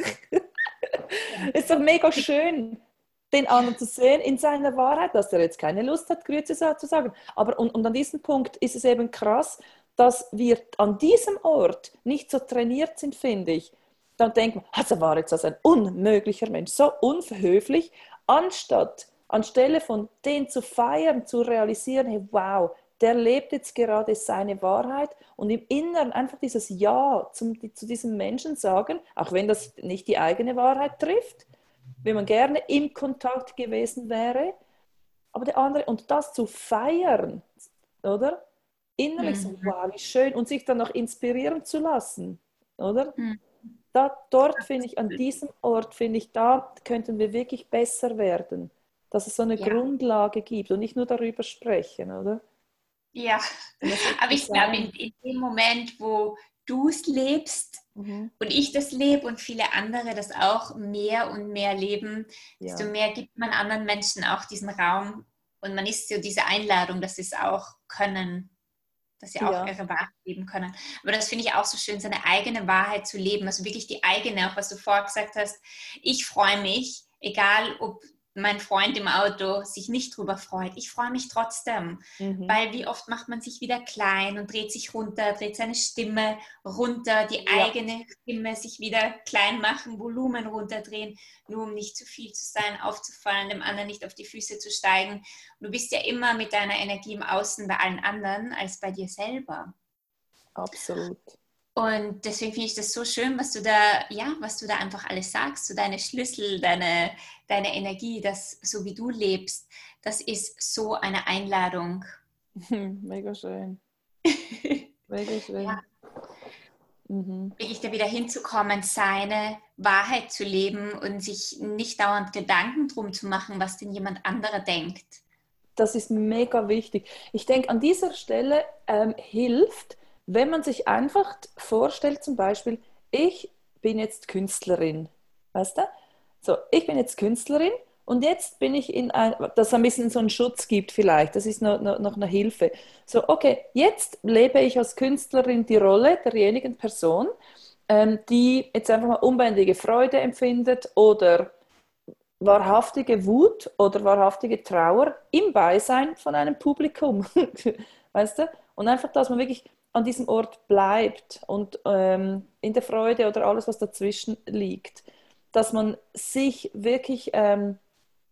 Ist doch mega schön, den anderen zu sehen in seiner Wahrheit, dass er jetzt keine Lust hat, Grüezi zu sagen. Aber und, und an diesem Punkt ist es eben krass, dass wir an diesem Ort nicht so trainiert sind, finde ich. Dann denkt man, also war jetzt das ein unmöglicher Mensch, so unverhöflich, anstatt anstelle von den zu feiern, zu realisieren, hey, wow, der lebt jetzt gerade seine Wahrheit und im Inneren einfach dieses Ja zum, zu diesem Menschen sagen, auch wenn das nicht die eigene Wahrheit trifft, wenn man gerne im Kontakt gewesen wäre, aber der andere, und das zu feiern, oder? Innerlich so, Mhm. wow, wie schön, und sich dann noch inspirieren zu lassen, oder? Mhm. Da, dort finde ich, an diesem Ort finde ich, da könnten wir wirklich besser werden, dass es so eine Ja. Grundlage gibt und nicht nur darüber sprechen, oder? Ja, Sondern es aber wirklich ich glaube, in, sein. in dem Moment, wo du es lebst Mhm. und ich das lebe und viele andere das auch mehr und mehr leben, desto Ja, mehr gibt man anderen Menschen auch diesen Raum und man ist so diese Einladung, dass sie es auch können, dass sie auch ja, ihre Wahrheit leben können. Aber das finde ich auch so schön, seine eigene Wahrheit zu leben, also wirklich die eigene, auch was du vorher gesagt hast. Ich freue mich, egal ob mein Freund im Auto sich nicht drüber freut. Ich freue mich trotzdem, mhm. weil wie oft macht man sich wieder klein und dreht sich runter, dreht seine Stimme runter, die Ja, eigene Stimme sich wieder klein machen, Volumen runterdrehen, nur um nicht zu viel zu sein, aufzufallen, dem anderen nicht auf die Füße zu steigen. Du bist ja immer mit deiner Energie im Außen bei allen anderen als bei dir selber. absolut. Und deswegen finde ich das so schön, was du da, ja, was du da einfach alles sagst, so deine Schlüssel, deine, deine Energie, das, so wie du lebst, das ist so eine Einladung. Mega schön. Mega Ja, schön. Mhm. wirklich da wieder hinzukommen, seine Wahrheit zu leben und sich nicht dauernd Gedanken drum zu machen, was denn jemand anderer denkt. Das ist mega wichtig. Ich denke, an dieser Stelle ähm, hilft, wenn man sich einfach vorstellt, zum Beispiel, ich bin jetzt Künstlerin, weißt du? So, ich bin jetzt Künstlerin und jetzt bin ich in ein, dass ein bisschen so einen Schutz gibt vielleicht, das ist noch, noch, noch eine Hilfe. So, okay, jetzt lebe ich als Künstlerin die Rolle derjenigen Person, ähm, die jetzt einfach mal unbändige Freude empfindet oder wahrhaftige Wut oder wahrhaftige Trauer im Beisein von einem Publikum. Weißt du? Und einfach, dass man wirklich an diesem Ort bleibt und ähm, in der Freude oder alles, was dazwischen liegt. Dass man sich wirklich, ähm,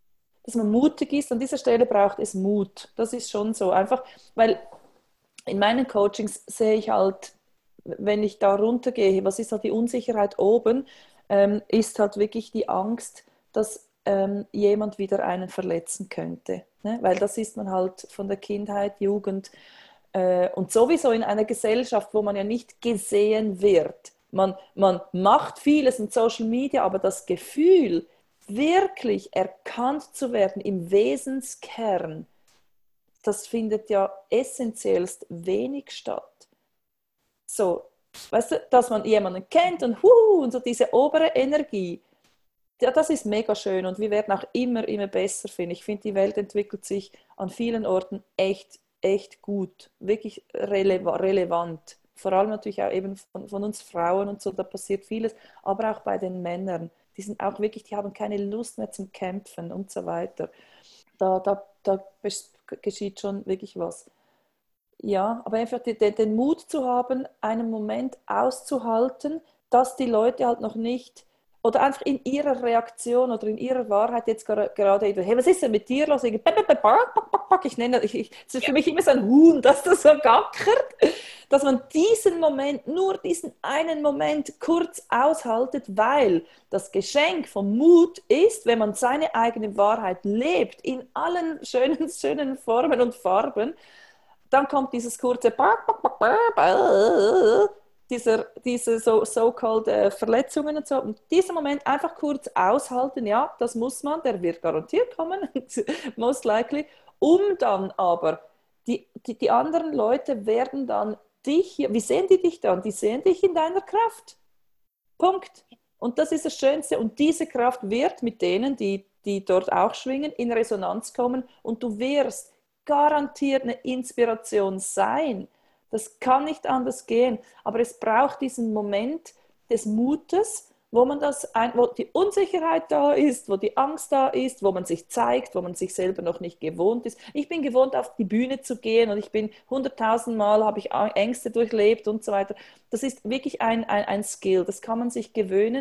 dass man mutig ist. An dieser Stelle braucht es Mut. Das ist schon so. Einfach, weil in meinen Coachings sehe ich halt, wenn ich da runtergehe, was ist halt die Unsicherheit oben, ähm, ist halt wirklich die Angst, dass ähm, jemand wieder einen verletzen könnte. Ne? Weil das ist man halt von der Kindheit, Jugend äh, und sowieso in einer Gesellschaft, wo man ja nicht gesehen wird. Man, man macht vieles in Social Media, aber das Gefühl, wirklich erkannt zu werden im Wesenskern, das findet ja essentiellst wenig statt. So, weißt du, dass man jemanden kennt und huhu, und so diese obere Energie, ja, das ist mega schön und wir werden auch immer, immer besser, finde ich. Ich finde, die Welt entwickelt sich an vielen Orten echt, echt gut, wirklich rele- relevant. Vor allem natürlich auch eben von, von uns Frauen und so, da passiert vieles, aber auch bei den Männern. Die sind auch wirklich, die haben keine Lust mehr zum Kämpfen und so weiter. Da, da, da geschieht schon wirklich was. Ja, aber einfach den, den Mut zu haben, einen Moment auszuhalten, dass die Leute halt noch nicht oder einfach in ihrer Reaktion oder in ihrer Wahrheit jetzt gerade, hey, was ist denn mit dir los? Ich nenne das, ich, ich, das ist für mich immer so ein Huhn, dass das so gackert, dass man diesen Moment, nur diesen einen Moment kurz aushaltet, weil das Geschenk vom Mut ist, wenn man seine eigene Wahrheit lebt, in allen schönen, schönen Formen und Farben, dann kommt dieses kurze dieser, diese so, so-called äh, Verletzungen und so. Und diesen Moment einfach kurz aushalten, ja, das muss man, der wird garantiert kommen, most likely, um dann aber, die, die, die anderen Leute werden dann dich, wie sehen die dich dann? Die sehen dich in deiner Kraft. Punkt. Und das ist das Schönste. Und diese Kraft wird mit denen, die, die dort auch schwingen, in Resonanz kommen und du wirst garantiert eine Inspiration sein. Das kann nicht anders gehen. Aber es braucht diesen Moment des Mutes, wo man das, ein, wo die Unsicherheit da ist, wo die Angst da ist, wo man sich zeigt, wo man sich selber noch nicht gewohnt ist. Ich bin gewohnt, auf die Bühne zu gehen und ich bin hunderttausend Mal habe ich Ängste durchlebt und so weiter. Das ist wirklich ein, ein, ein Skill, das kann man sich gewöhnen,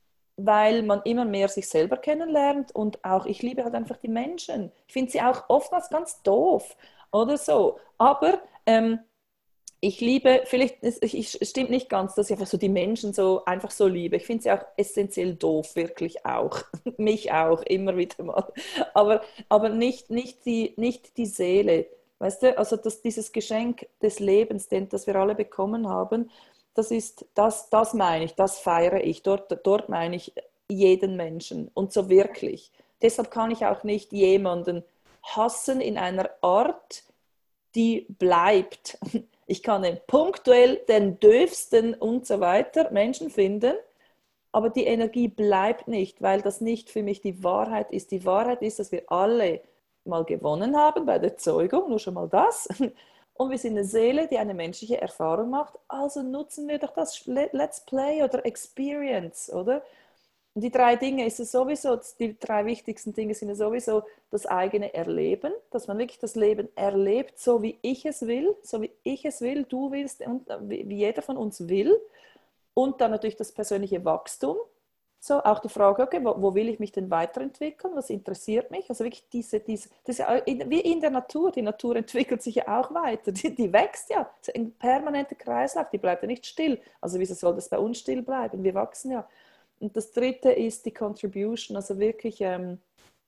weil man immer mehr sich selber kennenlernt und auch, ich liebe halt einfach die Menschen. Ich finde sie auch oftmals ganz doof oder so, aber ähm, ich liebe, vielleicht, es, es stimmt nicht ganz, dass ich einfach so die Menschen so einfach so liebe. Ich finde sie auch essentiell doof, wirklich auch. Mich auch, immer wieder mal. Aber, aber nicht, nicht, die, nicht die Seele. Weißt du, also dass dieses Geschenk des Lebens, den, das wir alle bekommen haben, das ist, das, das meine ich, das feiere ich. Dort, dort meine ich jeden Menschen und so wirklich. Deshalb kann ich auch nicht jemanden hassen in einer Art, die bleibt. Ich kann den punktuell den döfsten und so weiter Menschen finden, aber die Energie bleibt nicht, weil das nicht für mich die Wahrheit ist. Die Wahrheit ist, dass wir alle mal gewonnen haben bei der Zeugung, nur schon mal das. Und wir sind eine Seele, die eine menschliche Erfahrung macht, also nutzen wir doch das Let's Play oder Experience, oder? Und die drei Dinge ist es sowieso, die drei wichtigsten Dinge sind es sowieso das eigene Erleben, dass man wirklich das Leben erlebt, so wie ich es will, so wie ich es will, du willst und wie jeder von uns will. Und dann natürlich das persönliche Wachstum. So, auch die Frage, okay, wo, wo will ich mich denn weiterentwickeln? Was interessiert mich? Also wirklich diese, diese das ist ja wie in der Natur. Die Natur entwickelt sich ja auch weiter. Die, die wächst ja. Das ist ein permanenter Kreislauf. Die bleibt ja nicht still. Also wieso soll das bei uns still bleiben? Wir wachsen ja. Und das dritte ist die Contribution, also wirklich ähm,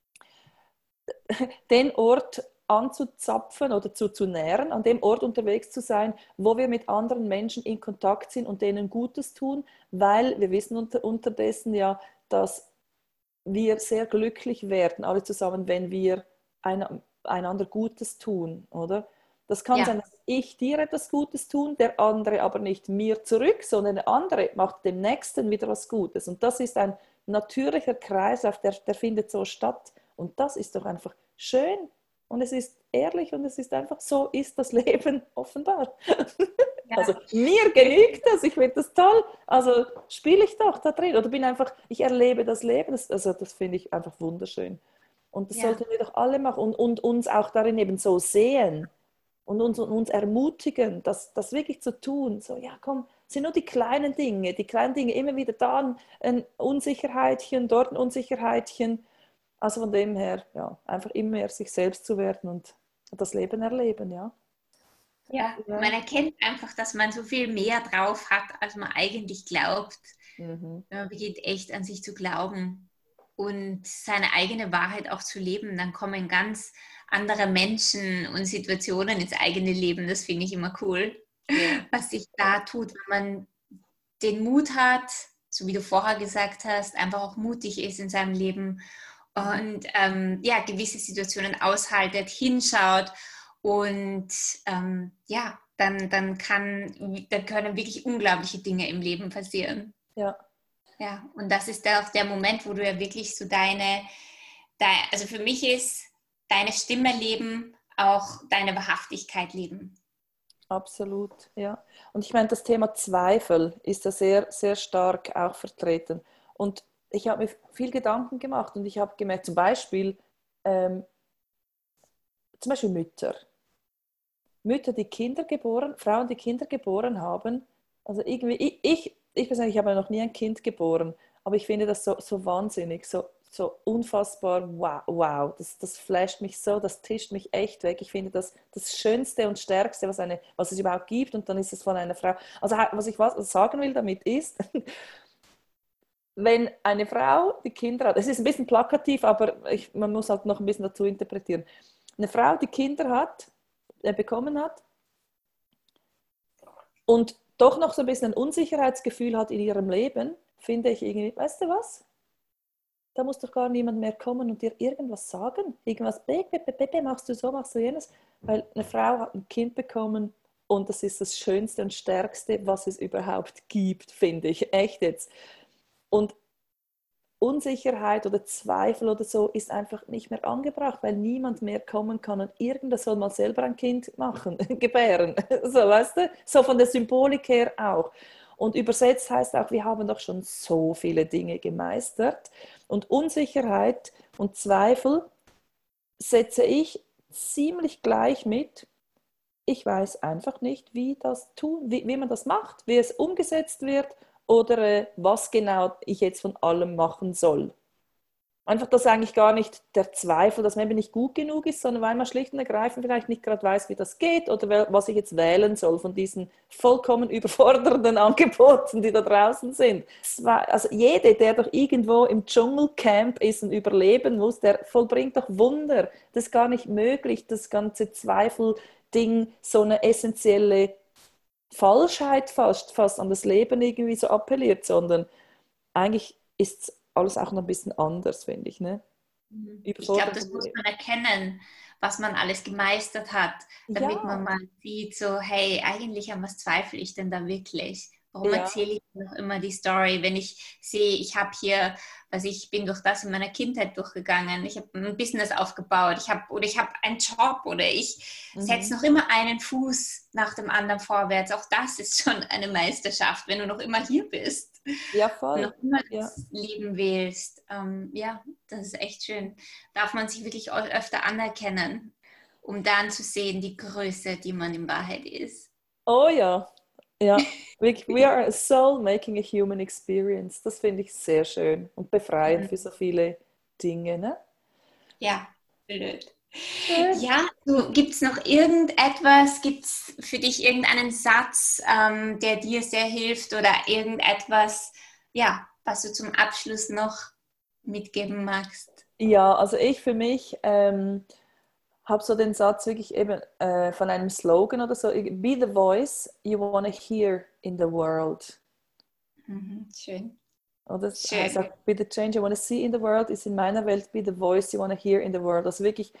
den Ort anzuzapfen oder zu, zu nähren, an dem Ort unterwegs zu sein, wo wir mit anderen Menschen in Kontakt sind und denen Gutes tun, weil wir wissen unter, unterdessen ja, dass wir sehr glücklich werden, alle zusammen, wenn wir ein, einander Gutes tun, oder? Das kann Ja. sein, dass ich dir etwas Gutes tun, der andere aber nicht mir zurück, sondern der andere macht dem Nächsten wieder was Gutes. Und das ist ein natürlicher Kreislauf, der, der findet so statt. Und das ist doch einfach schön. Und es ist ehrlich und es ist einfach so, ist das Leben offenbar. Ja. Also mir genügt das, ich finde das toll. Also spiele ich doch da drin oder bin einfach, ich erlebe das Leben. Das, also das finde ich einfach wunderschön. Und das ja. sollten wir doch alle machen und, und uns auch darin eben so sehen und uns, und uns ermutigen, das, das wirklich zu tun. So, ja komm, es sind nur die kleinen Dinge, die kleinen Dinge, immer wieder da ein Unsicherheitchen, dort ein Unsicherheitchen. Also von dem her, ja, einfach immer mehr sich selbst zu werden und das Leben erleben, ja. Ja, Ja. man erkennt einfach, dass man so viel mehr drauf hat, als man eigentlich glaubt. Mhm. Man beginnt echt an sich zu glauben und seine eigene Wahrheit auch zu leben. Dann kommen ganz andere Menschen und Situationen ins eigene Leben. Das finde ich immer cool, Ja. was sich da tut, wenn man den Mut hat, so wie du vorher gesagt hast, einfach auch mutig ist in seinem Leben und ähm, ja, gewisse Situationen aushaltet, hinschaut und ähm, ja, dann, dann, kann, dann können wirklich unglaubliche Dinge im Leben passieren. Ja. Ja, und das ist dann auch der Moment, wo du ja wirklich so deine, dein, also für mich ist deine Stimme leben, auch deine Wahrhaftigkeit leben. Absolut, ja. Und ich meine, das Thema Zweifel ist da sehr, sehr stark auch vertreten. Und ich habe mir viel Gedanken gemacht und ich habe gemerkt, zum Beispiel, ähm, zum Beispiel Mütter. Mütter, die Kinder geboren, Frauen, die Kinder geboren haben. Also irgendwie, ich, ich, ich persönlich habe noch nie ein Kind geboren, aber ich finde das so, so wahnsinnig, so, so unfassbar, wow, wow. Das, das flasht mich so, das tischt mich echt weg. Ich finde das das Schönste und Stärkste, was, eine, was es überhaupt gibt, und dann ist es von einer Frau. Also was ich was sagen will damit ist, wenn eine Frau die Kinder hat, es ist ein bisschen plakativ, aber ich, man muss halt noch ein bisschen dazu interpretieren. Eine Frau, die Kinder hat, äh, bekommen hat, und doch noch so ein bisschen ein Unsicherheitsgefühl hat in ihrem Leben, finde ich irgendwie, weißt du was? Da muss doch gar niemand mehr kommen und dir irgendwas sagen. Irgendwas, Bebe, Bebe, machst du so, machst du jenes. Weil eine Frau hat ein Kind bekommen und das ist das Schönste und Stärkste, was es überhaupt gibt, finde ich. Echt jetzt. Und Unsicherheit oder Zweifel oder so ist einfach nicht mehr angebracht, weil niemand mehr kommen kann und irgendwer soll mal selber ein Kind machen, gebären. So, weißt du? So von der Symbolik her auch. Und übersetzt heißt auch, wir haben doch schon so viele Dinge gemeistert. Und Unsicherheit und Zweifel setze ich ziemlich gleich mit, ich weiß einfach nicht, wie das tun, wie, wie man das macht, wie es umgesetzt wird oder äh, was genau ich jetzt von allem machen soll. Einfach, dass eigentlich gar nicht der Zweifel, dass man eben nicht gut genug ist, sondern weil man schlicht und ergreifend vielleicht nicht gerade weiß, wie das geht oder was ich jetzt wählen soll von diesen vollkommen überfordernden Angeboten, die da draußen sind. Also jeder, der doch irgendwo im Dschungelcamp ist und überleben muss, der vollbringt doch Wunder. Das ist gar nicht möglich, das ganze Zweifelding, so eine essentielle Falschheit fast, fast an das Leben irgendwie so appelliert, sondern eigentlich ist alles auch noch ein bisschen anders, finde ich. Ne? Ich glaube, das muss Überfordert. man erkennen, was man alles gemeistert hat, damit man Ja, mal sieht, so, hey, eigentlich an was zweifle ich denn da wirklich? Warum ja. erzähle ich noch immer die Story, wenn ich sehe, ich habe hier, also ich bin durch das in meiner Kindheit durchgegangen, ich habe ein Business aufgebaut, ich habe oder ich habe einen Job oder ich Mhm. setze noch immer einen Fuß nach dem anderen vorwärts. Auch das ist schon eine Meisterschaft, wenn du noch immer hier bist Ja, und voll. noch immer Ja. das Leben wählst. Ähm, ja, das ist echt schön. Darf man sich wirklich öfter anerkennen, um dann zu sehen, die Größe, die man in Wahrheit ist. Oh ja, ja. We, we are a soul making a human experience. Das finde ich sehr schön und befreiend für Mhm. so viele Dinge. Ne? Ja, blöd. Schön. Ja, gibt es noch irgendetwas, gibt es für dich irgendeinen Satz, ähm, der dir sehr hilft oder irgendetwas, ja, was du zum Abschluss noch mitgeben magst? Ja, also ich für mich ähm, habe so den Satz wirklich eben äh, von einem Slogan oder so: Be the voice you want to hear in the world. Mhm, schön, Oder es heißt schön. auch, be the change you want to see in the world, ist in meiner Welt be the voice you want to hear in the world. Also wirklich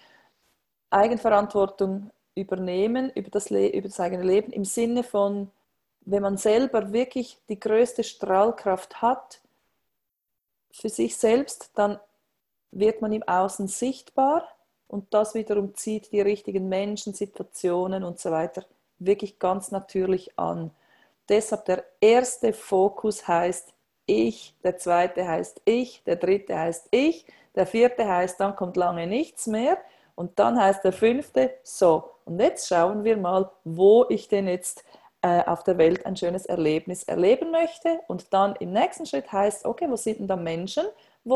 Eigenverantwortung übernehmen über das, Le über das eigene Leben im Sinne von, wenn man selber wirklich die größte Strahlkraft hat für sich selbst, dann wird man im Außen sichtbar und das wiederum zieht die richtigen Menschen, Situationen und so weiter wirklich ganz natürlich an. Deshalb der erste Fokus heißt ich, der zweite heißt ich, der dritte heißt ich, der vierte heißt, dann kommt lange nichts mehr und dann heißt der fünfte, so, und jetzt schauen wir mal, wo ich denn jetzt äh, auf der Welt ein schönes Erlebnis erleben möchte, und dann im nächsten Schritt heißt, okay, wo sind denn da Menschen, wo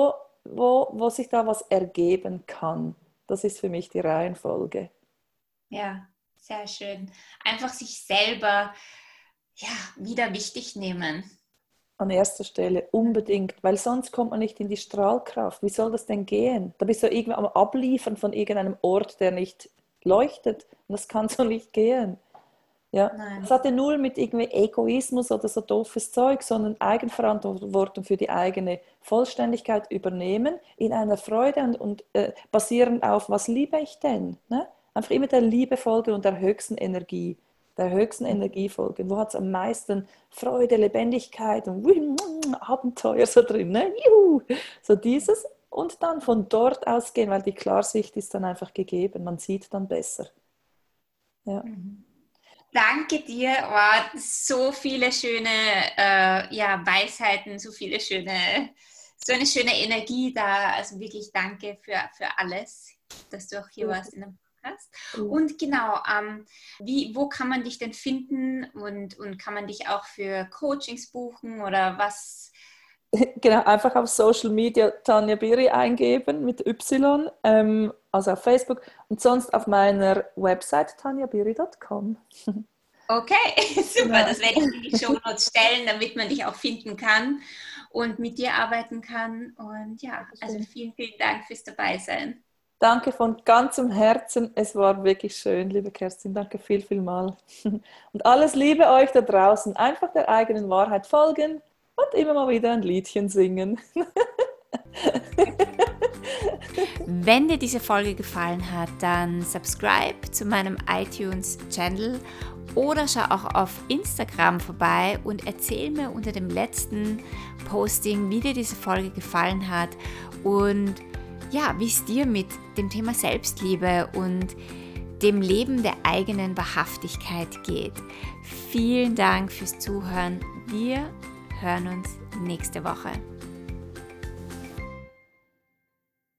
wo, wo sich da was ergeben kann. Das ist für mich die Reihenfolge. Ja, sehr schön. Einfach sich selber ja, wieder wichtig nehmen. An erster Stelle unbedingt, weil sonst kommt man nicht in die Strahlkraft. Wie soll das denn gehen? Da bist du irgendwie am Abliefern von irgendeinem Ort, der nicht leuchtet. Und das kann so nicht gehen. Ja. Das hat ja null mit irgendwie Egoismus oder so doofes Zeug, sondern Eigenverantwortung für die eigene Vollständigkeit übernehmen, in einer Freude und, und äh, basierend auf, was liebe ich denn? Ne? Einfach immer der Liebe folgen und der höchsten Energie. Der höchsten Energie folgen. Wo hat es am meisten Freude, Lebendigkeit und Abenteuer so drin? Ne? Juhu! So dieses und dann von dort ausgehen, weil die Klarsicht ist dann einfach gegeben. Man sieht dann besser. Ja. Mhm. Danke dir, oh, so viele schöne äh, ja, Weisheiten, so viele schöne, so eine schöne Energie da. Also wirklich danke für, für alles, dass du auch hier warst in dem Podcast. Und genau, ähm, wie, wo kann man dich denn finden und, und kann man dich auch für Coachings buchen oder was? Genau, einfach auf Social Media Tanja Biri eingeben mit Y, ähm, also auf Facebook und sonst auf meiner Website tanja biri punkt com. Okay, super, Genau. das werde ich in die Shownotes stellen, damit man dich auch finden kann und mit dir arbeiten kann. Und ja, also vielen, vielen Dank fürs Dabeisein. Danke von ganzem Herzen, es war wirklich schön, liebe Kerstin, danke viel, viel mal. Und alles Liebe euch da draußen, einfach der eigenen Wahrheit folgen und immer mal wieder ein Liedchen singen. Wenn dir diese Folge gefallen hat, dann subscribe zu meinem iTunes-Channel oder schau auch auf Instagram vorbei und erzähl mir unter dem letzten Posting, wie dir diese Folge gefallen hat und ja, wie es dir mit dem Thema Selbstliebe und dem Leben der eigenen Wahrhaftigkeit geht. Vielen Dank fürs Zuhören. Wir hören uns nächste Woche.